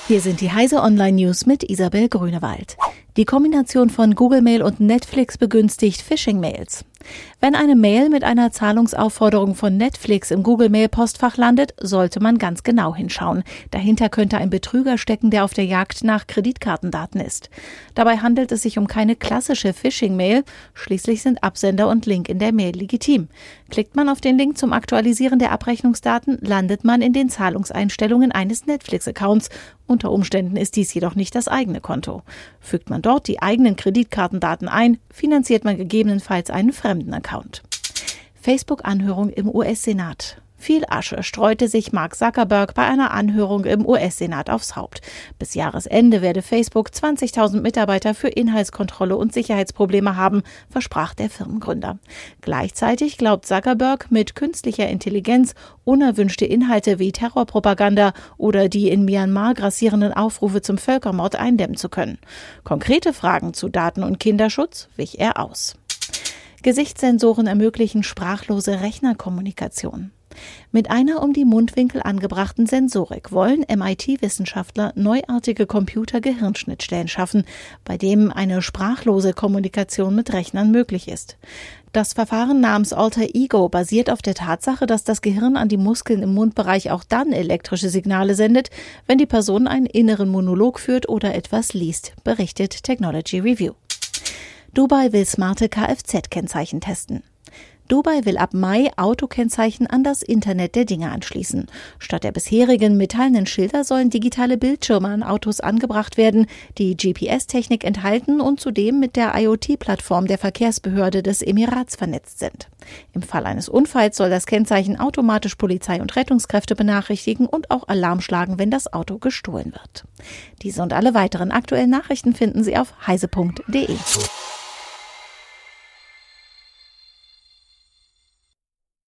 Hier sind die Heise Online News mit Isabel Grünewald. Die Kombination von Google Mail und Netflix begünstigt Phishing-Mails. Wenn eine Mail mit einer Zahlungsaufforderung von Netflix im Google Mail Postfach landet, sollte man ganz genau hinschauen. Dahinter könnte ein Betrüger stecken, der auf der Jagd nach Kreditkartendaten ist. Dabei handelt es sich um keine klassische Phishing-Mail. Schließlich sind Absender und Link in der Mail legitim. Klickt man auf den Link zum Aktualisieren der Abrechnungsdaten, landet man in den Zahlungseinstellungen eines Netflix-Accounts. Unter Umständen ist dies jedoch nicht das eigene Konto. Fügt man dort die eigenen Kreditkartendaten ein, finanziert man gegebenenfalls einen fremden Account. Facebook-Anhörung im US-Senat. Viel Asche streute sich Mark Zuckerberg bei einer Anhörung im US-Senat aufs Haupt. Bis Jahresende werde Facebook 20.000 Mitarbeiter für Inhaltskontrolle und Sicherheitsprobleme haben, versprach der Firmengründer. Gleichzeitig glaubt Zuckerberg, mit künstlicher Intelligenz unerwünschte Inhalte wie Terrorpropaganda oder die in Myanmar grassierenden Aufrufe zum Völkermord eindämmen zu können. Konkrete Fragen zu Daten- und Kinderschutz wich er aus. Gesichtssensoren ermöglichen sprachlose Rechnerkommunikation. Mit einer um die Mundwinkel angebrachten Sensorik wollen MIT-Wissenschaftler neuartige Computer-Gehirnschnittstellen schaffen, bei denen eine sprachlose Kommunikation mit Rechnern möglich ist. Das Verfahren namens Alter Ego basiert auf der Tatsache, dass das Gehirn an die Muskeln im Mundbereich auch dann elektrische Signale sendet, wenn die Person einen inneren Monolog führt oder etwas liest, berichtet Technology Review. Dubai will smarte Kfz-Kennzeichen testen. Dubai will ab Mai Autokennzeichen an das Internet der Dinge anschließen. Statt der bisherigen metallenen Schilder sollen digitale Bildschirme an Autos angebracht werden, die GPS-Technik enthalten und zudem mit der IoT-Plattform der Verkehrsbehörde des Emirats vernetzt sind. Im Fall eines Unfalls soll das Kennzeichen automatisch Polizei und Rettungskräfte benachrichtigen und auch Alarm schlagen, wenn das Auto gestohlen wird. Diese und alle weiteren aktuellen Nachrichten finden Sie auf heise.de.